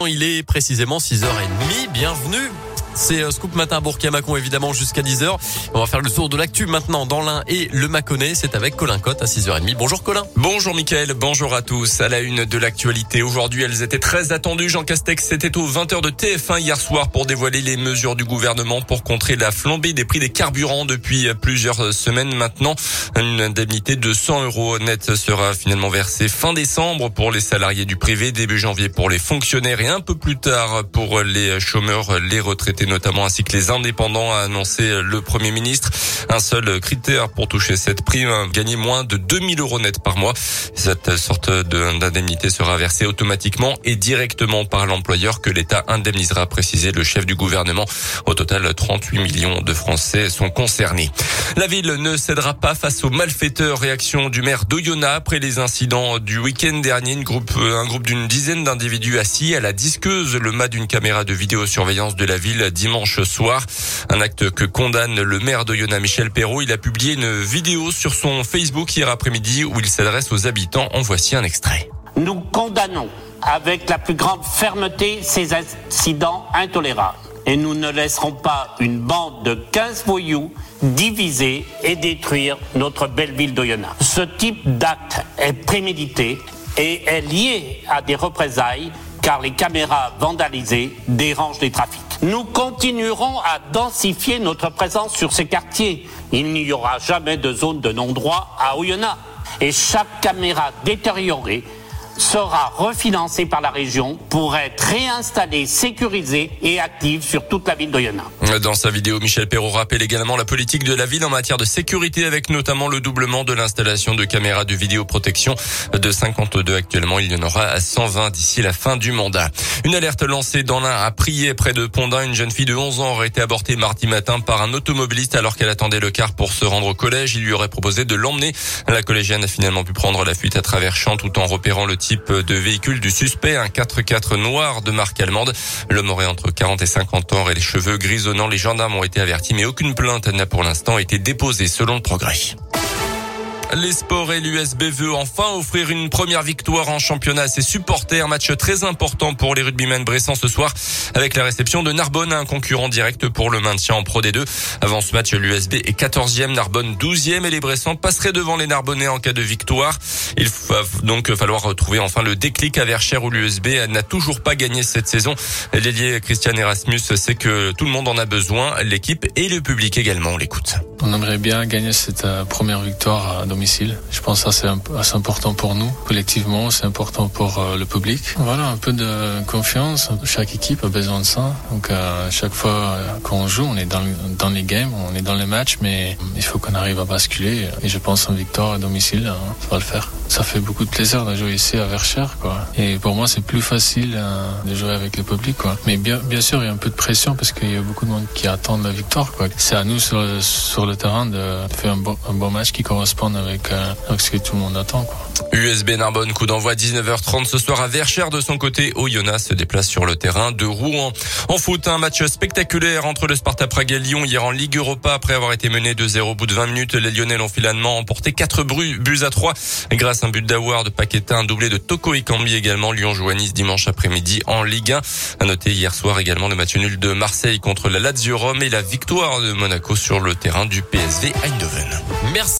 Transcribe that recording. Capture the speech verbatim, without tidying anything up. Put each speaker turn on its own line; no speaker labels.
il est précisément six heures trente. Bienvenue. C'est Scoop Matin Bourg-Macon évidemment jusqu'à dix heures. On va faire le tour de l'actu maintenant dans l'Ain et le Mâconnais. C'est avec Colin Cotte à six heures trente. Bonjour Colin.
Bonjour Mickaël, bonjour à tous. À la une de l'actualité, aujourd'hui elles étaient très attendues. Jean Castex était aux vingt heures de T F un hier soir pour dévoiler les mesures du gouvernement pour contrer la flambée des prix des carburants depuis plusieurs semaines maintenant. Une indemnité de cent euros net sera finalement versée fin décembre pour les salariés du privé, début janvier pour les fonctionnaires et un peu plus tard pour les chômeurs, les retraités notamment, ainsi que les indépendants, a annoncé le Premier ministre. Un seul critère pour toucher cette prime, gagner moins de deux mille euros net par mois. Cette sorte d'indemnité sera versée automatiquement et directement par l'employeur que l'État indemnisera, précisé le chef du gouvernement. Au total, trente-huit millions de Français sont concernés. La ville ne cédera pas face aux malfaiteurs. Réaction du maire d'Oyonnax après les incidents du week-end dernier. Une groupe, un groupe d'une dizaine d'individus assis à la disqueuse, le mât d'une caméra de vidéosurveillance de la ville dimanche soir. Un acte que condamne le maire d'Oyonnax, Michel Perrault. Il a publié une vidéo sur son Facebook hier après-midi où il s'adresse aux habitants. En voici un extrait.
Nous condamnons avec la plus grande fermeté ces incidents intolérables. Et nous ne laisserons pas une bande de quinze voyous diviser et détruire notre belle ville d'Oyonnax. Ce type d'acte est prémédité et est lié à des représailles car les caméras vandalisées dérangent les trafics. Nous continuerons à densifier notre présence sur ces quartiers. Il n'y aura jamais de zone de non-droit à Oyonnax. Et chaque caméra détériorée sera refinancée par la région pour être réinstallée, sécurisée et active sur toute la ville d'Oyonnax.
Dans sa vidéo, Michel Perrault rappelle également la politique de la ville en matière de sécurité avec notamment le doublement de l'installation de caméras de vidéoprotection de cinquante-deux actuellement. Il y en aura cent vingt d'ici la fin du mandat. Une alerte lancée dans l'Ain à Priez près de Pondin. Une jeune fille de onze ans aurait été abortée mardi matin par un automobiliste alors qu'elle attendait le car pour se rendre au collège. Il lui aurait proposé de l'emmener. La collégienne a finalement pu prendre la fuite à travers champs tout en repérant le type de véhicule du suspect, un quatre-quatre noir de marque allemande. L'homme aurait entre quarante et cinquante ans et les cheveux grisonnants. Les gendarmes ont été avertis, mais aucune plainte n'a pour l'instant été déposée selon le Progrès. Les sports et l'U S B veut enfin offrir une première victoire en championnat à ses supporters. Match très important pour les rugbymen bressans ce soir avec la réception de Narbonne, un concurrent direct pour le maintien en Pro D deux. Avant ce match, l'U S B est quatorzième, Narbonne douzième et les Bressans passeraient devant les Narbonnais en cas de victoire. Il va donc falloir retrouver enfin le déclic à Verchères où l'U S B n'a toujours pas gagné cette saison. L'ailier Christian Erasmus sait que tout le monde en a besoin, l'équipe et le public également. On l'écoute.
On aimerait bien gagner cette euh, première victoire à domicile. Je pense que ça c'est assez important pour nous. Collectivement, c'est important pour euh, le public. Voilà, un peu de confiance. Chaque équipe a besoin de ça. Donc euh, chaque fois euh, qu'on joue, on est dans, dans les games, on est dans les matchs, mais il faut qu'on arrive à basculer. Et je pense qu'une victoire à domicile, hein, ça va le faire. Ça fait beaucoup de plaisir de jouer ici à Verchères, quoi. Et pour moi, c'est plus facile euh, de jouer avec le public, quoi. Mais bien, bien sûr, il y a un peu de pression parce qu'il y a beaucoup de monde qui attendent la victoire, quoi. C'est à nous sur le, sur le terrain de faire un bon, un bon match qui corresponde avec, euh, avec ce que tout le monde attend, quoi.
U S B Narbonne, coup d'envoi dix-neuf heures trente ce soir à Verchères. De son côté, Oyonnax se déplace sur le terrain de Rouen. En foot, un match spectaculaire entre le Sparta Prague et Lyon hier en Ligue Europa. Après avoir été mené deux zéro au bout de vingt minutes, les Lyonnais l'ont finalement emporté quatre buts à trois grâce à un but d'Aouar, de Paqueta, un doublé de Toko Ekambi également. Lyon joue à Nice dimanche après-midi en Ligue un. À noter hier soir également le match nul de Marseille contre la Lazio Rome et la victoire de Monaco sur le terrain du P S V Eindhoven.
Merci.